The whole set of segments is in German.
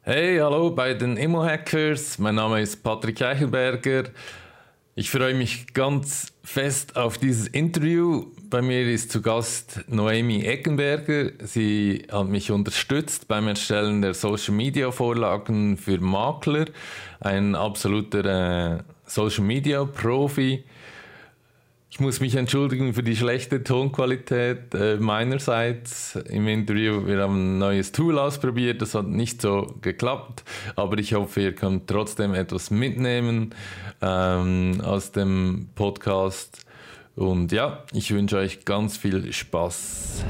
Hey, hallo bei den Immo-Hackers. Mein Name ist Patrick Eichelberger. Ich freue mich ganz fest auf dieses Interview. Bei mir ist zu Gast Noemi Eckenberger. Sie hat mich unterstützt beim Erstellen der Social Media Vorlagen für Makler. Ein absoluter Social Media Profi. Ich muss mich entschuldigen für die schlechte Tonqualität meinerseits im Interview. Wir haben ein neues Tool ausprobiert, das hat nicht so geklappt, aber ich hoffe, ihr könnt trotzdem etwas mitnehmen aus dem Podcast. Und ja, ich wünsche euch ganz viel Spaß.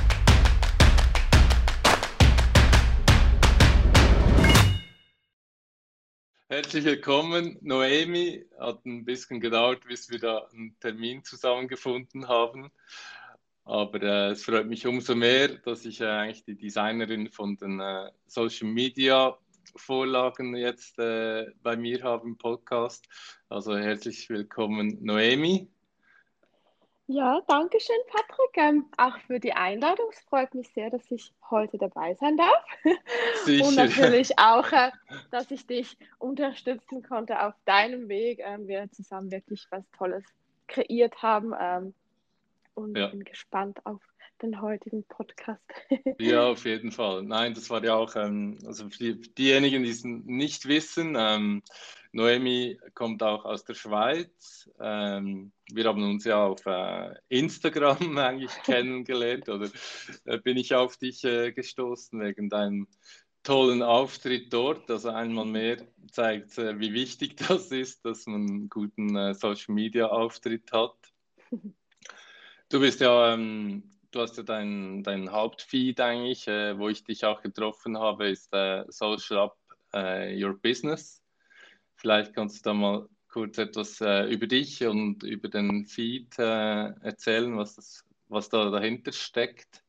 Herzlich willkommen, Noemi. Hat ein bisschen gedauert, bis wir da einen Termin zusammengefunden haben. Aber es freut mich umso mehr, dass ich eigentlich die Designerin von den Social Media Vorlagen jetzt bei mir habe im Podcast. Also herzlich willkommen, Noemi. Ja, danke schön, Patrick, auch für die Einladung. Es freut mich sehr, dass ich heute dabei sein darf. Und Sicher. natürlich auch, dass ich dich unterstützen konnte auf deinem Weg. Wir zusammen wirklich was Tolles kreiert haben. Und Ja. bin gespannt auf den heutigen Podcast. Ja, auf jeden Fall. Nein, das war ja auch, also für diejenigen, die es nicht wissen, Noemi kommt auch aus der Schweiz. Wir haben uns ja auf Instagram eigentlich kennengelernt oder bin ich auf dich gestoßen wegen deinem tollen Auftritt dort. Also einmal mehr zeigt, wie wichtig das ist, dass man einen guten Social Media Auftritt hat. Du bist ja, du hast ja dein Hauptfeed eigentlich, wo ich dich auch getroffen habe, ist Social Up Your Business. Vielleicht kannst du da mal kurz etwas über dich und über den Feed erzählen, was da dahinter steckt.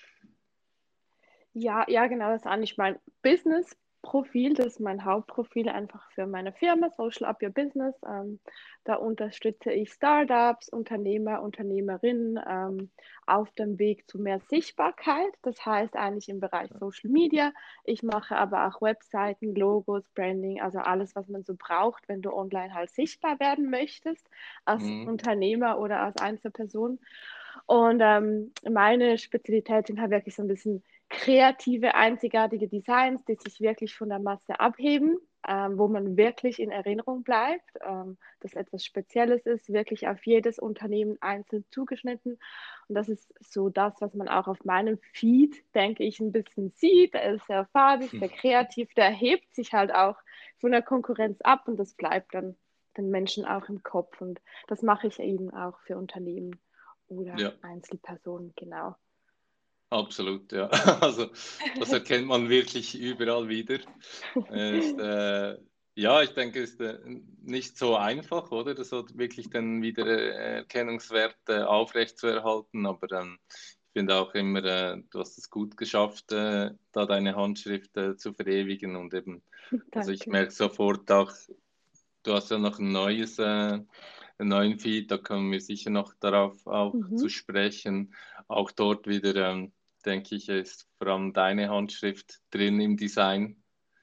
Ja, genau, das ist eigentlich mein Business-Profil. Das ist mein Hauptprofil einfach für meine Firma, Social Up Your Business. Da unterstütze ich Startups, Unternehmer, Unternehmerinnen auf dem Weg zu mehr Sichtbarkeit. Das heißt eigentlich im Bereich Social Media. Ich mache aber auch Webseiten, Logos, Branding, also alles, was man so braucht, wenn du online halt sichtbar werden möchtest, als Mhm. Unternehmer oder als Einzelperson. Und meine Spezialität sind halt wirklich so ein bisschen kreative, einzigartige Designs, die sich wirklich von der Masse abheben, wo man wirklich in Erinnerung bleibt, dass etwas Spezielles ist, wirklich auf jedes Unternehmen einzeln zugeschnitten. Und das ist so das, was man auch auf meinem Feed, denke ich, ein bisschen sieht. Er ist sehr farbig, sehr kreativ, der hebt sich halt auch von der Konkurrenz ab und das bleibt dann den Menschen auch im Kopf. Und das mache ich eben auch für Unternehmen oder Ja, Einzelpersonen, genau. absolut, ja. Also das erkennt man wirklich überall wieder. Ist, ja, ich denke, es ist nicht so einfach, oder? Das hat wirklich den Wiedererkennungswert aufrechtzuerhalten, aber ich finde auch immer, du hast es gut geschafft, da deine Handschrift zu verewigen und eben, also ich Danke. merke sofort auch, du hast ja noch einen neuen Feed, da kommen wir sicher noch darauf auch zu Mhm. sprechen. Auch dort wieder, denke ich, ist vor allem deine Handschrift drin im Design.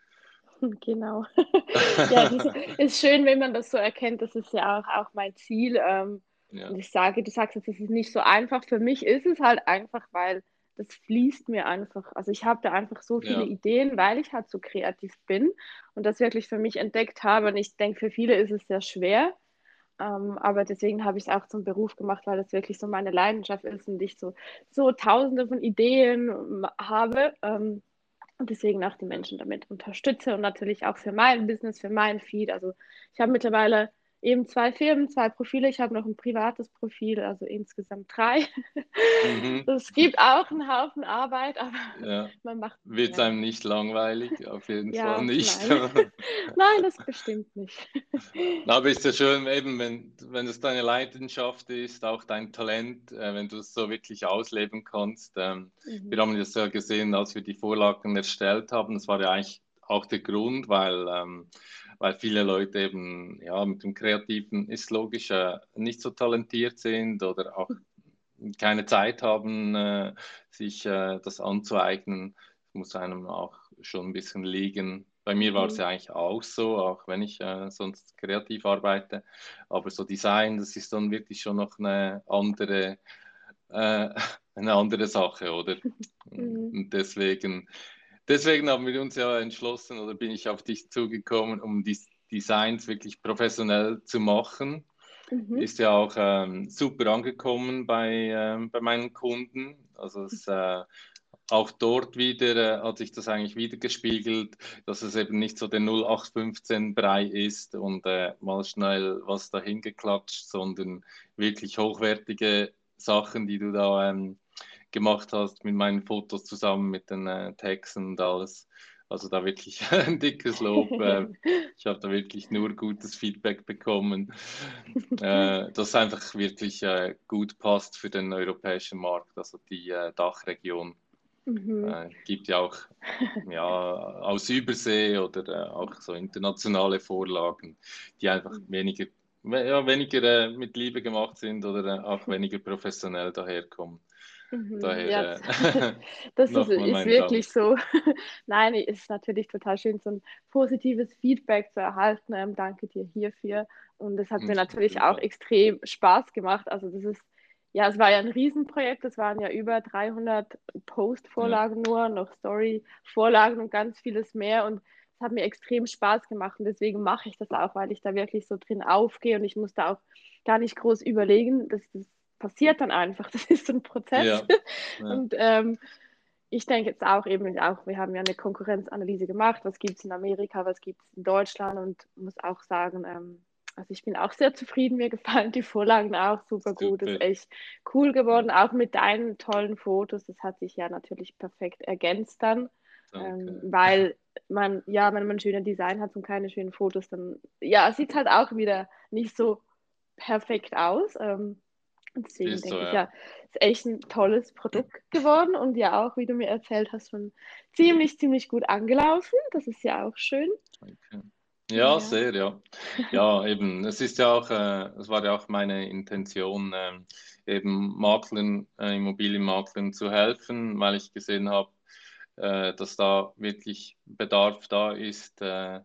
Genau. Ja, das ist schön, wenn man das so erkennt. Das ist ja auch mein Ziel. Und Ja, ich sage, du sagst jetzt, es ist nicht so einfach. Für mich ist es halt einfach, weil das fließt mir einfach. Also ich habe da einfach so viele ja, Ideen, weil ich halt so kreativ bin und das wirklich für mich entdeckt habe. Und ich denke, für viele ist es sehr schwer. Aber deswegen habe ich es auch zum Beruf gemacht, weil das wirklich so meine Leidenschaft ist und ich so tausende von Ideen habe. Und deswegen auch die ja. Menschen damit unterstütze und natürlich auch für mein Business, für mein Feed. Also ich habe mittlerweile eben zwei Firmen, zwei Profile. Ich habe noch ein privates Profil, also insgesamt drei. Mhm. Es gibt auch einen Haufen Arbeit, aber Ja. man macht, Wird es ja, einem nicht langweilig? Auf jeden Fall ja, nicht. nein. Nein, das bestimmt nicht. Aber ist ja schön, eben, wenn es deine Leidenschaft ist, auch dein Talent, wenn du es so wirklich ausleben kannst. Wir Mhm. haben das ja gesehen, als wir die Vorlagen erstellt haben. Das war ja eigentlich auch der Grund, weil viele Leute eben ja, mit dem Kreativen ist logisch nicht so talentiert sind oder auch keine Zeit haben, sich das anzueignen. Es muss einem auch schon ein bisschen liegen. Bei mir war es ja eigentlich auch so, auch wenn ich sonst kreativ arbeite. Aber so Design, das ist dann wirklich schon noch äh, eine andere Sache, oder? Mhm. Und deswegen haben wir uns ja entschlossen, oder bin ich auf dich zugekommen, um die Designs wirklich professionell zu machen. Mhm. Ist ja auch super angekommen bei meinen Kunden. Also auch dort wieder hat sich das eigentlich wieder gespiegelt, dass es eben nicht so der 0815 Brei ist und mal schnell was dahin geklatscht, sondern wirklich hochwertige Sachen, die du da gemacht hast mit meinen Fotos zusammen, mit den Texten und alles. Also da wirklich ein dickes Lob. Ich habe da wirklich nur gutes Feedback bekommen, dass es einfach wirklich gut passt für den europäischen Markt, also die Dachregion. Mhm. Gibt ja auch ja, aus Übersee oder auch so internationale Vorlagen, die einfach weniger mit Liebe gemacht sind oder auch weniger professionell daherkommen. Mhm. Ja, Daher das nochmal ist meinen Dank. wirklich so. Nein, es ist natürlich total schön, so ein positives Feedback zu erhalten. Danke dir hierfür. Und es hat mir Auf natürlich jeden auch Fall. extrem Spaß gemacht. Also das ist, ja, es war ja ein Riesenprojekt. Es waren ja über 300 Ja, Post-Vorlagen nur, noch Story-Vorlagen und ganz vieles mehr. Und es hat mir extrem Spaß gemacht. Und deswegen mache ich das auch, weil ich da wirklich so drin aufgehe und ich muss da auch gar nicht groß überlegen. Das passiert dann einfach. Das ist so ein Prozess. ja, ja, Und ich denke jetzt auch eben auch, wir haben ja eine Konkurrenzanalyse gemacht, was gibt es in Amerika, was gibt es in Deutschland und muss auch sagen, also ich bin auch sehr zufrieden, mir gefallen die Vorlagen auch super gut, ist super. echt cool Ja, geworden, auch mit deinen tollen Fotos, das hat sich ja natürlich perfekt ergänzt dann, danke. weil man, ja, wenn man ein schönes Design hat und keine schönen Fotos, dann, ja, sieht es halt auch wieder nicht so perfekt aus. Deswegen Ist so, denke ich ja. ja, ist echt ein tolles Produkt geworden und ja auch, wie du mir erzählt hast, schon ziemlich gut angelaufen. Das ist ja auch schön. Danke. Ja, Ja. sehr, ja. Ja, eben, es ist ja auch, es war ja auch meine Intention, eben Maklern, Immobilienmaklern zu helfen, weil ich gesehen habe, dass da wirklich Bedarf da ist,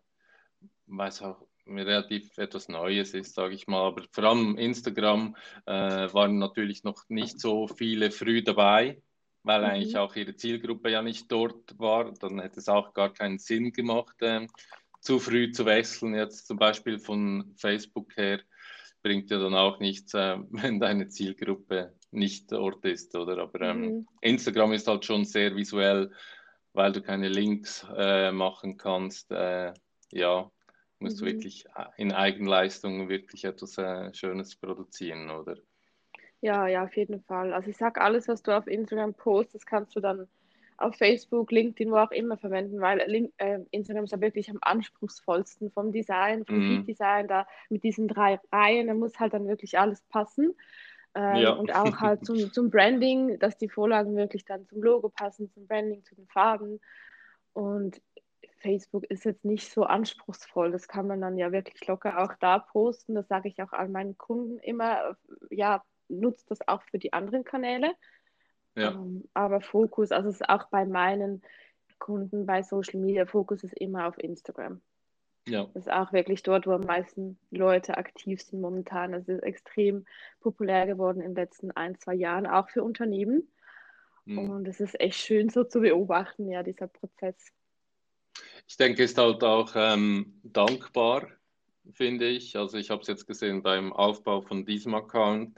weil es auch relativ etwas Neues ist, sage ich mal. Aber vor allem Instagram waren natürlich noch nicht so viele früh dabei, weil eigentlich Mhm. auch ihre Zielgruppe ja nicht dort war. Dann hätte es auch gar keinen Sinn gemacht, zu früh zu wechseln. Jetzt zum Beispiel von Facebook her bringt ja dann auch nichts, wenn deine Zielgruppe nicht dort ist, oder? Aber Mhm. Instagram ist halt schon sehr visuell, weil du keine Links machen kannst. Ja, musst du Mhm. wirklich in Eigenleistung wirklich etwas Schönes produzieren, oder? Ja, ja, auf jeden Fall. Also ich sag, alles, was du auf Instagram postest, kannst du dann auf Facebook, LinkedIn, wo auch immer verwenden, weil Instagram ist ja wirklich am anspruchsvollsten vom Design, vom Mm, Feed-Design, da mit diesen 3 Reihen, da muss halt dann wirklich alles passen. ja, Und auch halt zum Branding, dass die Vorlagen wirklich dann zum Logo passen, zum Branding, zu den Farben. Und Facebook ist jetzt nicht so anspruchsvoll. Das kann man dann ja wirklich locker auch da posten. Das sage ich auch all meinen Kunden immer. Ja, nutzt das auch für die anderen Kanäle. ja, Aber Fokus, also es ist auch bei meinen Kunden bei Social Media, Fokus ist immer auf Instagram. ja. Das ist auch wirklich dort, wo am meisten Leute aktiv sind momentan. Es ist extrem populär geworden in den letzten 1, 2 Jahren, auch für Unternehmen. Mm. Und es ist echt schön so zu beobachten, ja, dieser Prozess. Ich denke, ist halt auch dankbar, finde ich. Also ich habe es jetzt gesehen beim Aufbau von diesem Account,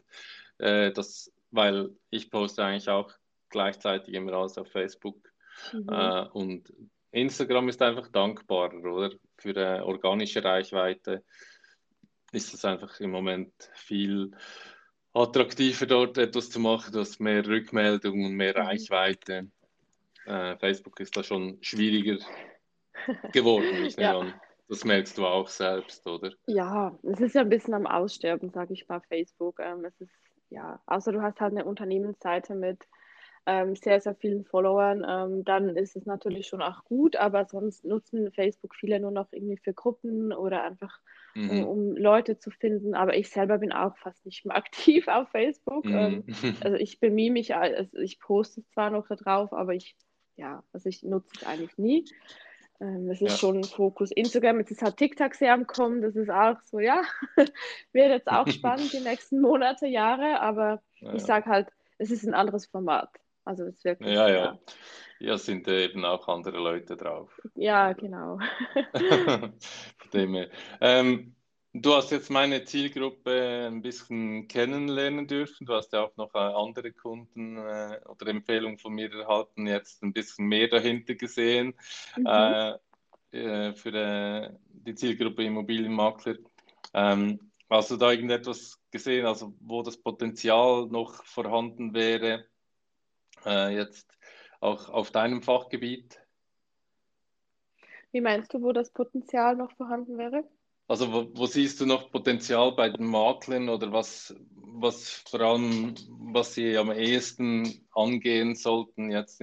weil ich poste eigentlich auch gleichzeitig immer alles auf Facebook. Mhm. Und Instagram ist einfach dankbarer, oder? Für organische Reichweite ist es einfach im Moment viel attraktiver, dort etwas zu machen. Du hast mehr Rückmeldungen, mehr Mhm. Reichweite. Facebook ist da schon schwieriger geworden. Ich nehme Ja. an, das merkst du auch selbst, oder? Ja, es ist ja ein bisschen am Aussterben, sage ich mal, Facebook. Es ist, ja, außer du hast halt eine Unternehmensseite mit sehr vielen Followern, dann ist es natürlich schon auch gut, aber sonst nutzen Facebook viele nur noch irgendwie für Gruppen oder einfach, Mhm. um Leute zu finden. Aber ich selber bin auch fast nicht mehr aktiv auf Facebook. Mhm. Also ich bemühe mich, also ich poste zwar noch da drauf, aber ich ja, also ich nutze es eigentlich nie. Das ist Ja. schon Fokus Instagram. Jetzt ist halt TikTok sehr am Kommen. Das ist auch so, ja, wird jetzt auch spannend die nächsten Monate, Jahre. Aber ich Ja, sage halt, es ist ein anderes Format. Also es ist wirklich, ja, ja. ja, Ja, sind eben auch andere Leute drauf. ja, Also, genau. von dem her. Ähm, Du hast jetzt meine Zielgruppe ein bisschen kennenlernen dürfen. Du hast ja auch noch andere Kunden oder Empfehlungen von mir erhalten, jetzt ein bisschen mehr dahinter gesehen Mhm. äh, für die Zielgruppe Immobilienmakler. Hast du da irgendetwas gesehen, also wo das Potenzial noch vorhanden wäre, jetzt auch auf deinem Fachgebiet? Wie meinst du, wo das Potenzial noch vorhanden wäre? Also wo siehst du noch Potenzial bei den Maklern oder was vor allem, was sie am ehesten angehen sollten jetzt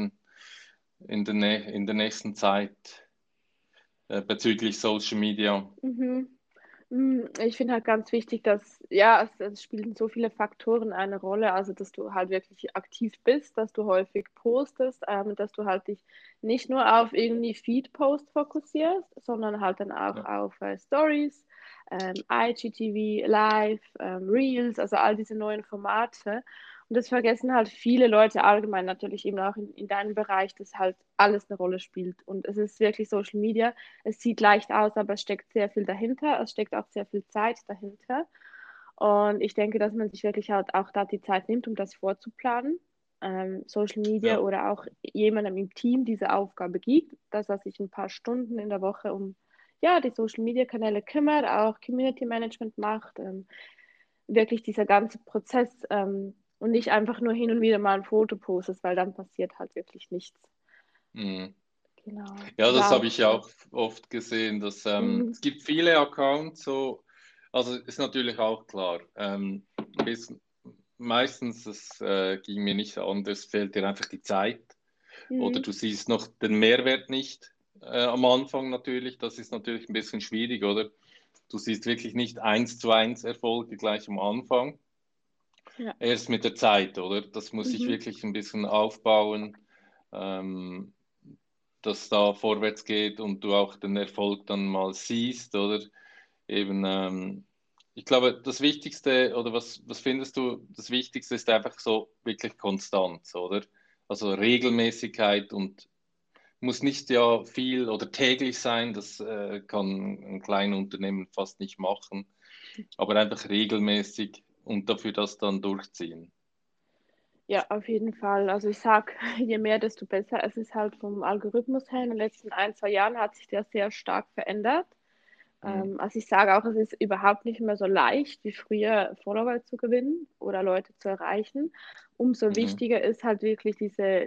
in der nächsten Zeit bezüglich Social Media? Mhm. Ich finde halt ganz wichtig, dass, ja, es spielen so viele Faktoren eine Rolle, also dass du halt wirklich aktiv bist, dass du häufig postest, dass du halt dich nicht nur auf irgendwie Feed-Post fokussierst, sondern halt dann auch Ja. auf Stories, IGTV, Live, Reels, also all diese neuen Formate. Und das vergessen halt viele Leute allgemein natürlich eben auch in deinem Bereich, dass halt alles eine Rolle spielt. Und es ist wirklich Social Media, es sieht leicht aus, aber es steckt sehr viel dahinter. Es steckt auch sehr viel Zeit dahinter. Und ich denke, dass man sich wirklich halt auch da die Zeit nimmt, um das vorzuplanen. Social Media Ja. oder auch jemandem im Team diese Aufgabe gibt, dass er sich ein paar Stunden in der Woche um ja, die Social Media Kanäle kümmert, auch Community Management macht, wirklich dieser ganze Prozess und nicht einfach nur hin und wieder mal ein Foto postest, weil dann passiert halt wirklich nichts. Mhm. Genau. Ja, das Oder habe auch, ich ja auch oft gesehen, dass mhm. es gibt viele Accounts, so, also ist natürlich auch klar, bis, meistens, das ging mir nicht anders, fehlt dir einfach die Zeit oder Mhm. du siehst noch den Mehrwert nicht am Anfang natürlich, das ist natürlich ein bisschen schwierig, oder? Du siehst wirklich nicht eins zu eins Erfolge gleich am Anfang, Ja. erst mit der Zeit, oder? Das muss sich Mhm. wirklich ein bisschen aufbauen. Ähm, dass da vorwärts geht und du auch den Erfolg dann mal siehst, oder eben, ich glaube, das Wichtigste, oder was findest du, das Wichtigste ist einfach so wirklich Konstanz, oder? Also Regelmäßigkeit und muss nicht ja viel oder täglich sein, das kann ein kleines Unternehmen fast nicht machen, aber einfach regelmäßig und dafür das dann durchziehen. Ja, auf jeden Fall. Also ich sag, je mehr, desto besser. Es ist halt vom Algorithmus her in den letzten ein, zwei Jahren hat sich der sehr stark verändert. Mhm. Also ich sage auch, es ist überhaupt nicht mehr so leicht wie früher Follower zu gewinnen oder Leute zu erreichen. Umso Mhm. wichtiger ist halt wirklich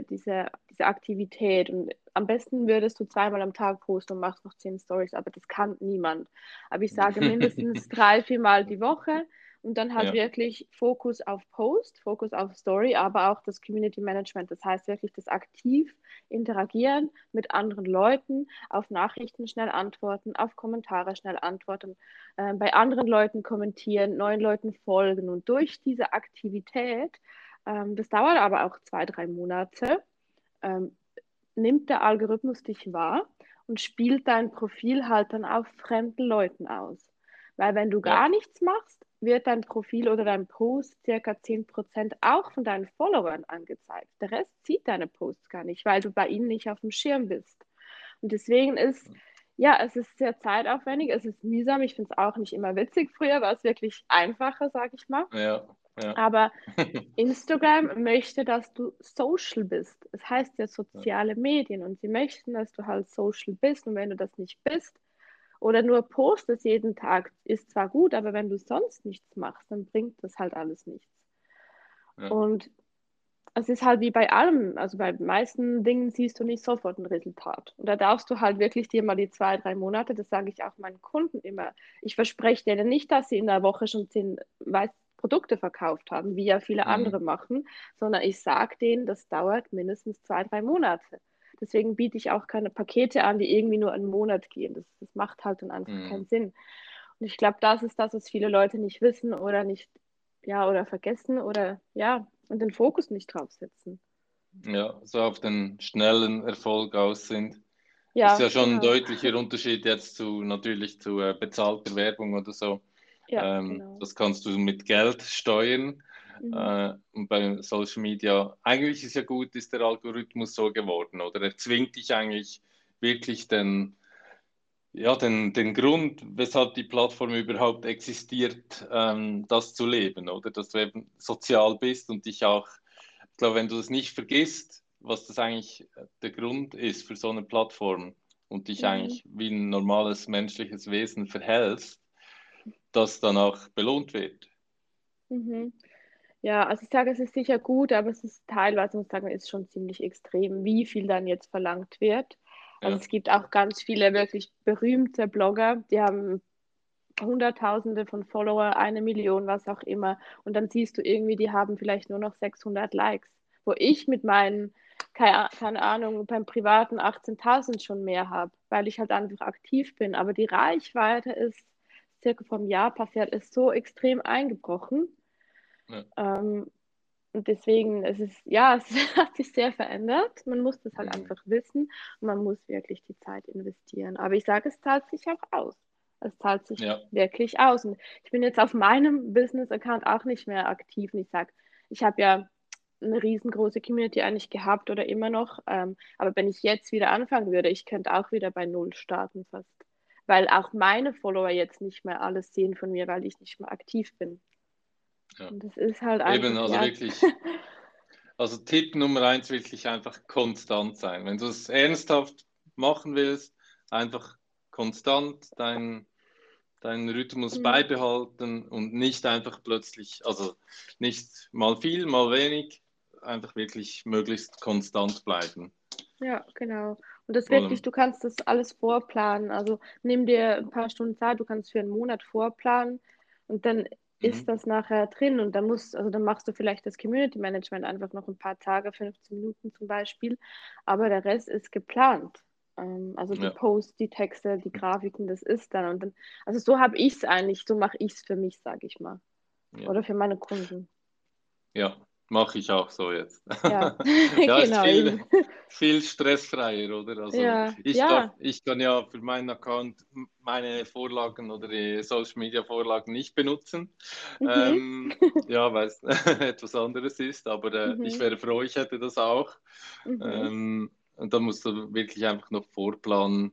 diese Aktivität. Und am besten würdest du zweimal am Tag posten und machst noch 10 Stories, aber das kann niemand. Aber ich sage mindestens 3, 4 Mal die Woche und dann halt Ja. wirklich Fokus auf Post, Fokus auf Story, aber auch das Community Management. Das heißt wirklich das aktiv interagieren mit anderen Leuten, auf Nachrichten schnell antworten, auf Kommentare schnell antworten, bei anderen Leuten kommentieren, neuen Leuten folgen. Und durch diese Aktivität, das dauert aber auch 2, 3 Monate, ähm, nimmt der Algorithmus dich wahr und spielt dein Profil halt dann auf fremden Leuten aus. Weil wenn du Ja. gar nichts machst, wird dein Profil oder dein Post circa 10% auch von deinen Followern angezeigt. Der Rest sieht deine Posts gar nicht, weil du bei ihnen nicht auf dem Schirm bist. Und deswegen ist, ja, es ist sehr zeitaufwendig, es ist mühsam. Ich finde es auch nicht immer witzig. Früher war es wirklich einfacher, sage ich mal. Ja. Ja. Aber Instagram möchte, dass du social bist. Es heißt ja soziale Medien und sie möchten, dass du halt social bist. Und wenn du das nicht bist oder nur postest jeden Tag, ist zwar gut, aber wenn du sonst nichts machst, dann bringt das halt alles nichts. Ja. Und es ist halt wie bei allem, also bei den meisten Dingen siehst du nicht sofort ein Resultat. Und da darfst du halt wirklich dir mal die 2, 3 Monate, das sage ich auch meinen Kunden immer, ich verspreche denen nicht, dass sie in der Woche schon 10 Produkte verkauft haben, wie ja viele andere Mhm. machen, sondern ich sage denen, das dauert mindestens 2, 3 Monate. Deswegen biete ich auch keine Pakete an, die irgendwie nur einen Monat gehen. Das macht halt dann einfach keinen Mhm. Sinn. Und ich glaube, das ist das, was viele Leute nicht wissen oder nicht, ja, oder vergessen oder ja, und den Fokus nicht drauf setzen. Ja, so auf den schnellen Erfolg aus sind. Ist Ja, ja schon ein genau. deutlicher Unterschied jetzt natürlich zu bezahlter Werbung oder so. Ja, genau. Das kannst du mit Geld steuern. Mhm. Und bei Social Media, eigentlich ist ja gut, ist der Algorithmus so geworden, oder? Er zwingt dich eigentlich wirklich den Grund, weshalb die Plattform überhaupt existiert, das zu leben, oder? Dass du eben sozial bist und dich auch, ich glaube, wenn du das nicht vergisst, was das eigentlich der Grund ist für so eine Plattform und dich Mhm. eigentlich wie ein normales menschliches Wesen verhältst, das dann auch belohnt wird. Mhm. Ja, also ich sage, es ist sicher gut, aber es ist teilweise, muss ich sagen, ist schon ziemlich extrem, wie viel dann jetzt verlangt wird. Also Ja, es gibt auch ganz viele wirklich berühmte Blogger, die haben Hunderttausende von Follower, 1 Million, was auch immer. Und dann siehst du irgendwie, die haben vielleicht nur noch 600 Likes, wo ich mit meinen, keine Ahnung, beim privaten 18.000 schon mehr habe, weil ich halt einfach aktiv bin. Aber die Reichweite ist circa vom Jahr passiert, ist so extrem eingebrochen. ja. Ähm, und deswegen, ja, es hat sich sehr verändert. Man muss das halt Mhm. einfach wissen und man muss wirklich die Zeit investieren. Aber ich sage, es zahlt sich auch aus. Es zahlt sich Ja, wirklich aus. Und ich bin jetzt auf meinem Business-Account auch nicht mehr aktiv. Und ich sage, ich habe ja eine riesengroße Community eigentlich gehabt oder immer noch. Aber wenn ich jetzt wieder anfangen würde, ich könnte auch wieder bei Null starten fast. Weil auch meine Follower jetzt nicht mehr alles sehen von mir, weil ich nicht mehr aktiv bin. ja. Und das ist halt Eben, einfach, also ja. wirklich. Also Tipp Nummer eins, wirklich einfach konstant sein. Wenn du es ernsthaft machen willst, einfach konstant deinen Rhythmus Mhm. beibehalten und nicht einfach plötzlich, also nicht mal viel, mal wenig, einfach wirklich möglichst konstant bleiben. Ja, genau. Und das wirklich, Oder, du kannst das alles vorplanen. Also nimm dir ein paar Stunden Zeit, du kannst für einen Monat vorplanen und dann ist mhm, das nachher drin und also dann machst du vielleicht das Community Management einfach noch ein paar Tage, 15 Minuten zum Beispiel, aber der Rest ist geplant. Also die ja, Posts, die Texte, die Grafiken, das ist dann und dann, also so habe ich es eigentlich, so mache ich es für mich, sage ich mal. ja, Oder für meine Kunden. ja, mache ich auch so jetzt. Ja, Ja, ist genau viel, eben. viel stressfreier, oder? Also Ja, ja. ich kann ja für meinen Account meine Vorlagen oder die Social Media Vorlagen nicht benutzen. Mhm. Ja, weil es etwas anderes ist, aber ich Mhm. wäre froh, ich hätte das auch. Mhm. Und da musst du wirklich einfach noch vorplanen.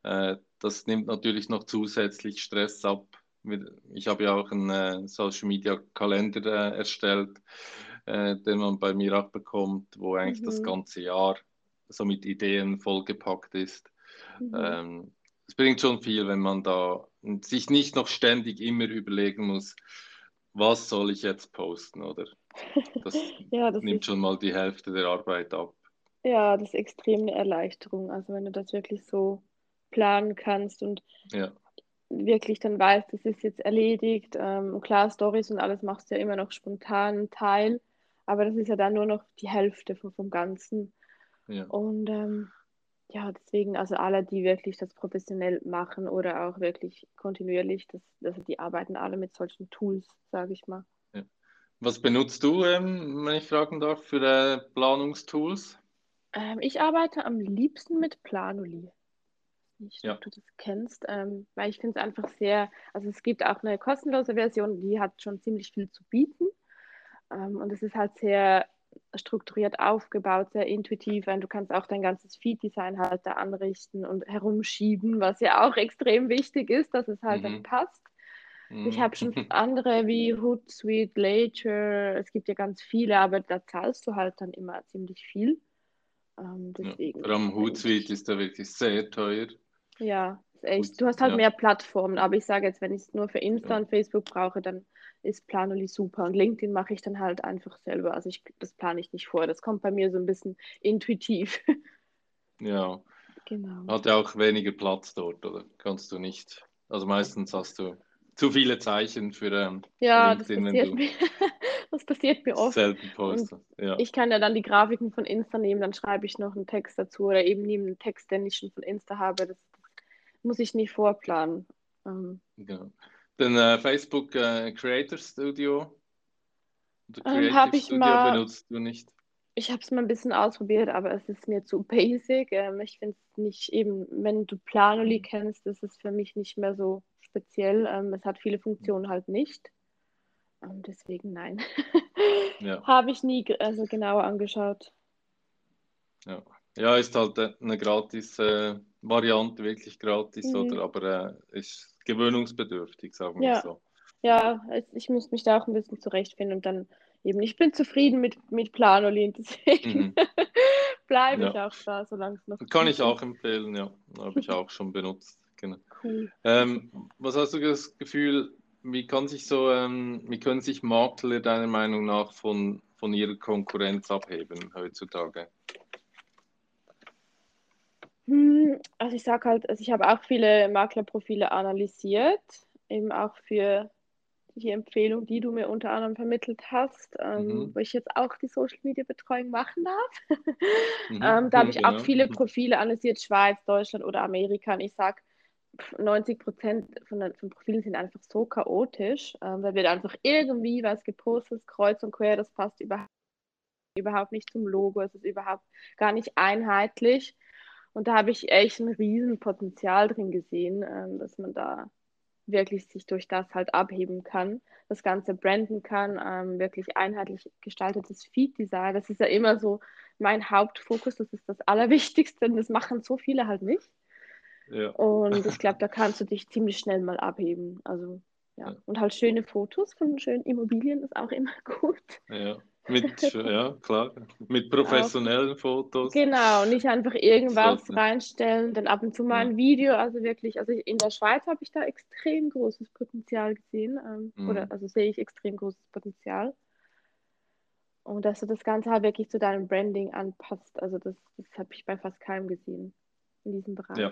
Das nimmt natürlich noch zusätzlich Stress ab. Ich habe ja auch einen Social Media Kalender erstellt, den man bei mir abbekommt, wo eigentlich das Mhm. ganze Jahr so mit Ideen vollgepackt ist. Mhm. Ähm, Es bringt schon viel, wenn man da sich nicht noch ständig immer überlegen muss, was soll ich jetzt posten, oder? Das Ja, nimmt schon mal die Hälfte der Arbeit ab. das ist extrem eine Erleichterung. Also wenn du das wirklich so planen kannst und Ja, wirklich dann weißt, das ist jetzt erledigt. Und klar, Stories und alles machst du ja immer noch spontan einen Teil, aber das ist ja dann nur noch die Hälfte vom Ganzen. ja, Und ja, deswegen, also alle, die wirklich das professionell machen oder auch wirklich kontinuierlich, die arbeiten alle mit solchen Tools, sage ich mal. ja. Was benutzt du, wenn ich fragen darf, für Planungstools? Ich arbeite am liebsten mit Planoly. Nicht, ob Ja. du das kennst, weil ich finde es einfach sehr, also es gibt auch eine kostenlose Version, die hat schon ziemlich viel zu bieten. Und es ist halt sehr strukturiert aufgebaut, sehr intuitiv. Und du kannst auch dein ganzes Feed-Design halt da anrichten und herumschieben, was ja auch extrem wichtig ist, dass es halt dann Mhm. passt. Ich Mhm. habe schon andere wie Hootsuite, Ledger, es gibt ja ganz viele, aber da zahlst du halt dann immer ziemlich viel. Ja. Vor Deswegen allem denke Hootsuite ich, ist da wirklich sehr teuer. ja, ist echt. Hoot, Du hast halt ja, mehr Plattformen, aber ich sage jetzt, wenn ich es nur für Insta ja, und Facebook brauche, dann ist Planoly super. Und LinkedIn mache ich dann halt einfach selber. Also das plane ich nicht vor. Das kommt bei mir so ein bisschen intuitiv. ja. Genau. Hat ja auch weniger Platz dort, oder? Kannst du nicht. Also meistens hast du zu viele Zeichen für Ja, das LinkedIn, wenn passiert du mir. Das passiert mir oft. selten Und postest. Ja, ich kann ja dann die Grafiken von Insta nehmen, dann schreibe ich noch einen Text dazu oder eben nehme einen Text, den ich schon von Insta habe. Das muss ich nicht vorplanen. Ähm, genau. Den Facebook Creator Studio oder Creative habe ich Studio mal benutzt du nicht? Ich habe es mal ein bisschen ausprobiert, aber es ist mir zu basic. Ich finde es nicht eben, wenn du Planoly kennst, ist es für mich nicht mehr so speziell. Es hat viele Funktionen halt nicht. Deswegen nein. Ja, Habe ich nie also genauer angeschaut. ja. Ja, ist halt eine gratis Variante, wirklich gratis, Mhm. oder? Aber ist gewöhnungsbedürftig, sagen wir Ja, so. ja, ich muss mich da auch ein bisschen zurechtfinden und dann eben, ich bin zufrieden mit Planoly und deswegen Mhm. bleibe ich Ja, auch da, solange es noch kann gut ich ist. auch empfehlen, ja. Habe ich auch schon benutzt. Genau. Cool. Was hast du das Gefühl, wie können sich Makler deiner Meinung nach von ihrer Konkurrenz abheben heutzutage? Also ich sage halt, also ich habe auch viele Maklerprofile analysiert, eben auch für die Empfehlung, die du mir unter anderem vermittelt hast, Mhm. wo ich jetzt auch die Social Media Betreuung machen darf. Mhm. Da habe ich auch Genau. viele Profile analysiert, Schweiz, Deutschland oder Amerika. Und ich sage, 90% von Profilen sind einfach so chaotisch. Da wird einfach irgendwie was gepostet, kreuz und quer, das passt überhaupt nicht zum Logo, es ist überhaupt gar nicht einheitlich. Und da habe ich echt ein riesen Potenzial drin gesehen, dass man da wirklich sich durch das halt abheben kann, das Ganze branden kann, wirklich einheitlich gestaltetes Feed-Design. Das ist ja immer so mein Hauptfokus, das ist das Allerwichtigste und das machen so viele halt nicht. Ja. Und ich glaube, da kannst du dich ziemlich schnell mal abheben. Also ja, und halt schöne Fotos von schönen Immobilien ist auch immer gut. Ja. Ja, klar. Mit Auch professionellen Fotos. genau, nicht einfach Das irgendwas sollte. reinstellen, dann ab und zu mal Ja. ein Video, also wirklich, also in der Schweiz habe ich da extrem großes Potenzial gesehen, oder Mhm. also sehe ich extrem großes Potenzial. Und dass du das Ganze halt wirklich zu deinem Branding anpasst, also das habe ich bei fast keinem gesehen in diesem Bereich. Ja.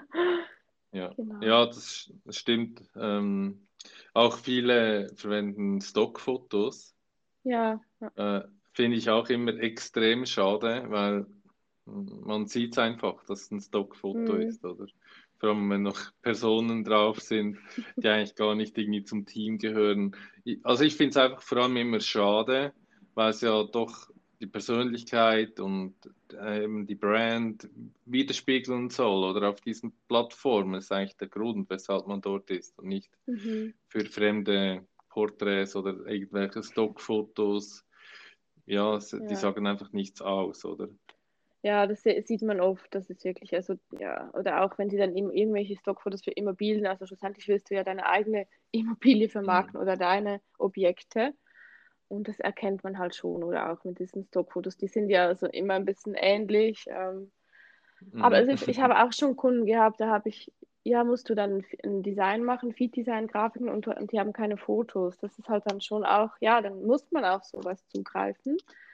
Ja, Genau. ja, das stimmt. Auch viele verwenden Stockfotos. Ja, ja. Äh, Finde ich auch immer extrem schade, weil man sieht einfach, dass es ein Stockfoto Mhm. ist, oder? Vor allem, wenn noch Personen drauf sind, die eigentlich gar nicht irgendwie zum Team gehören. Also ich finde es einfach vor allem immer schade, weil es ja doch die Persönlichkeit und eben die Brand widerspiegeln soll, oder auf diesen Plattformen ist eigentlich der Grund, weshalb man dort ist und nicht Mhm. für fremde Porträts oder irgendwelche Stockfotos. Ja, die Ja. sagen einfach nichts aus, oder? Ja, das sieht man oft, das ist wirklich, also ja, oder auch wenn sie dann irgendwelche Stockfotos für Immobilien, also schlussendlich willst du ja deine eigene Immobilie Mhm. vermarkten oder deine Objekte und das erkennt man halt schon oder auch mit diesen Stockfotos, die sind ja also immer ein bisschen ähnlich, aber Mhm. ich habe auch schon Kunden gehabt, da habe ich, ja, musst du dann ein Design machen, Feed-Design, Grafiken und die haben keine Fotos, das ist halt dann schon auch, ja, dann muss man auf sowas zugreifen.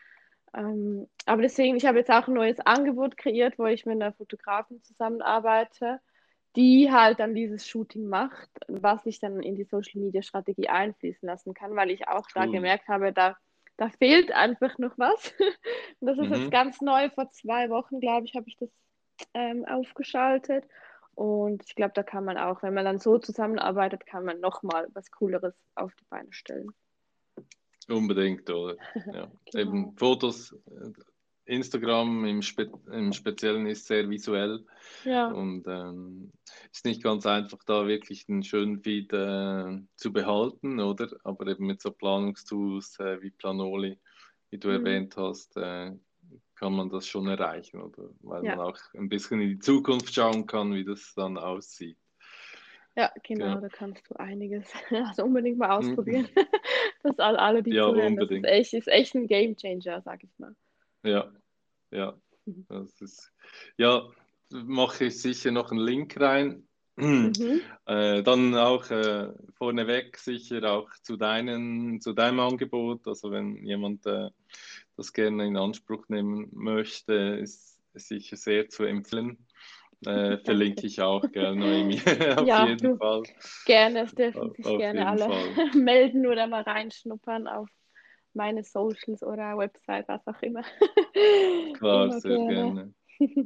Aber deswegen, ich habe jetzt auch ein neues Angebot kreiert, wo ich mit einer Fotografin zusammenarbeite, die halt dann dieses Shooting macht, was ich dann in die Social Media Strategie einfließen lassen kann, weil ich auch da Cool. gemerkt habe, da fehlt einfach noch was. Und das ist jetzt Mhm. ganz neu, vor 2 Wochen, glaube ich, habe ich das aufgeschaltet. Und ich glaube, da kann man auch, wenn man dann so zusammenarbeitet, kann man nochmal was Cooleres auf die Beine stellen. Unbedingt, oder? Ja. Genau. Eben Fotos, Instagram im Speziellen ist sehr visuell Ja, und ist nicht ganz einfach, da wirklich einen schönen Feed zu behalten, oder? Aber eben mit so Planungstools wie Planoli, wie du mm, erwähnt hast, kann man das schon erreichen, oder? Weil man ja. auch ein bisschen in die Zukunft schauen kann, wie das dann aussieht. Ja, genau, Genau. da kannst du einiges. Also unbedingt mal ausprobieren. Mhm. Das alle, die Ja, zuhören, das unbedingt. ist echt ein Game Changer, sag ich mal. Ja, ja. Mhm. Das ist, ja, mache ich sicher noch einen Link rein. Mhm. Dann auch vorneweg sicher auch zu deinem Angebot. Also wenn jemand das gerne in Anspruch nehmen möchte, ist sicher sehr zu empfehlen. Danke. Verlinke ich auch gerne, Noemi. Auf Ja, jeden du, Fall. gerne, es dürfen sich Auf gerne jeden alle Fall. melden oder mal reinschnuppern auf meine Socials oder Website, was auch immer. Klar, Immer sehr gerne. gerne.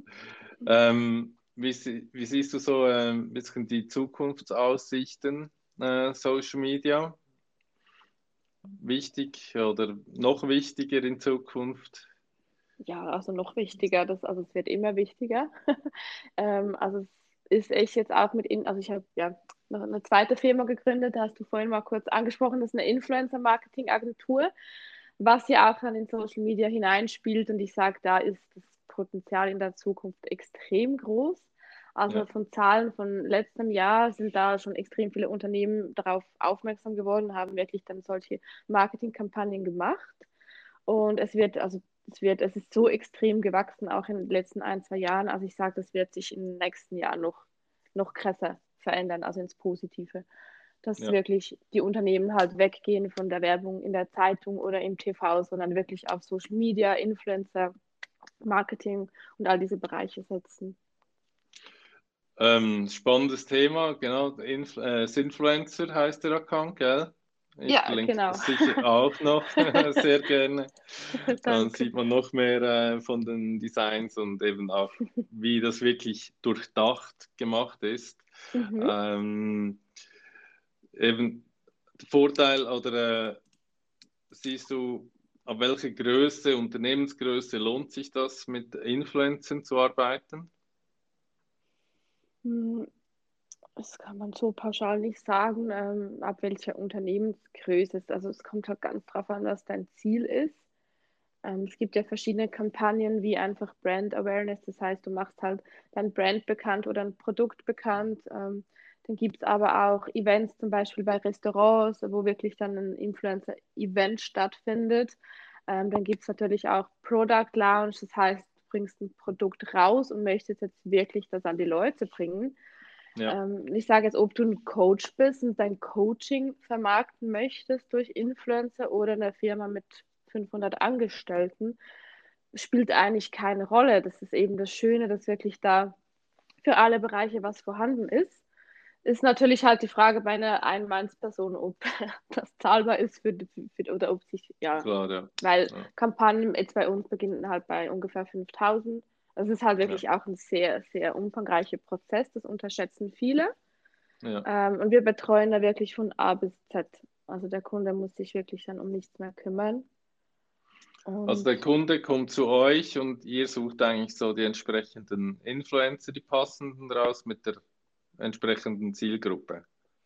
Wie siehst du so ein bisschen die Zukunftsaussichten Social Media? Wichtig oder noch wichtiger in Zukunft? Ja, also noch wichtiger, also es wird immer wichtiger. Also es ist echt jetzt auch also ich habe ja noch eine zweite Firma gegründet, da hast du vorhin mal kurz angesprochen, das ist eine Influencer-Marketing-Agentur, was ja auch dann in Social Media hineinspielt und ich sage, da ist das Potenzial in der Zukunft extrem groß. Also Ja. von Zahlen von letztem Jahr sind da schon extrem viele Unternehmen darauf aufmerksam geworden, haben wirklich dann solche Marketingkampagnen gemacht. Und es ist so extrem gewachsen, auch in den letzten ein, zwei Jahren. Also ich sage, das wird sich im nächsten Jahr noch krasser verändern, also ins Positive. Dass Ja. wirklich die Unternehmen halt weggehen von der Werbung in der Zeitung oder im TV, sondern wirklich auf Social Media, Influencer, Marketing und all diese Bereiche setzen. Spannendes Thema, genau. Sinfluencer heißt der Account, gell? Ich Ja, verlinke genau. das sicher auch noch sehr gerne. Dann Danke. sieht man noch mehr von den Designs und eben auch, wie das wirklich durchdacht gemacht ist. Mhm. Ähm, eben der Vorteil oder siehst du, ab welcher Größe, Unternehmensgröße lohnt sich das, mit Influencern zu arbeiten? Hm, Das kann man so pauschal nicht sagen, ab welcher Unternehmensgröße es ist. Also es kommt halt ganz drauf an, was dein Ziel ist. Es gibt ja verschiedene Kampagnen wie einfach Brand Awareness, das heißt, du machst halt dein Brand bekannt oder ein Produkt bekannt. Dann gibt es aber auch Events, zum Beispiel bei Restaurants, wo wirklich dann ein Influencer-Event stattfindet. Dann gibt es natürlich auch Product Launch, das heißt, du bringst ein Produkt raus und möchtest jetzt wirklich das an die Leute bringen. Ja, Ich sage jetzt, ob du ein Coach bist und dein Coaching vermarkten möchtest durch Influencer oder eine Firma mit 500 Angestellten, spielt eigentlich keine Rolle. Das ist eben das Schöne, dass wirklich da für alle Bereiche was vorhanden ist. Ist natürlich halt die Frage bei einer Einmannsperson, ob das zahlbar ist oder ob sich, ja, klar, ja. weil Ja, Kampagnen jetzt bei uns beginnen halt bei ungefähr 5.000. Das ist halt ja, wirklich auch ein sehr, sehr umfangreicher Prozess, das unterschätzen viele. ja. Und wir betreuen da wirklich von A bis Z. Also der Kunde muss sich wirklich dann um nichts mehr kümmern. Also Und der Kunde kommt zu euch und ihr sucht eigentlich so die entsprechenden Influencer, die passenden raus mit der entsprechenden Zielgruppe.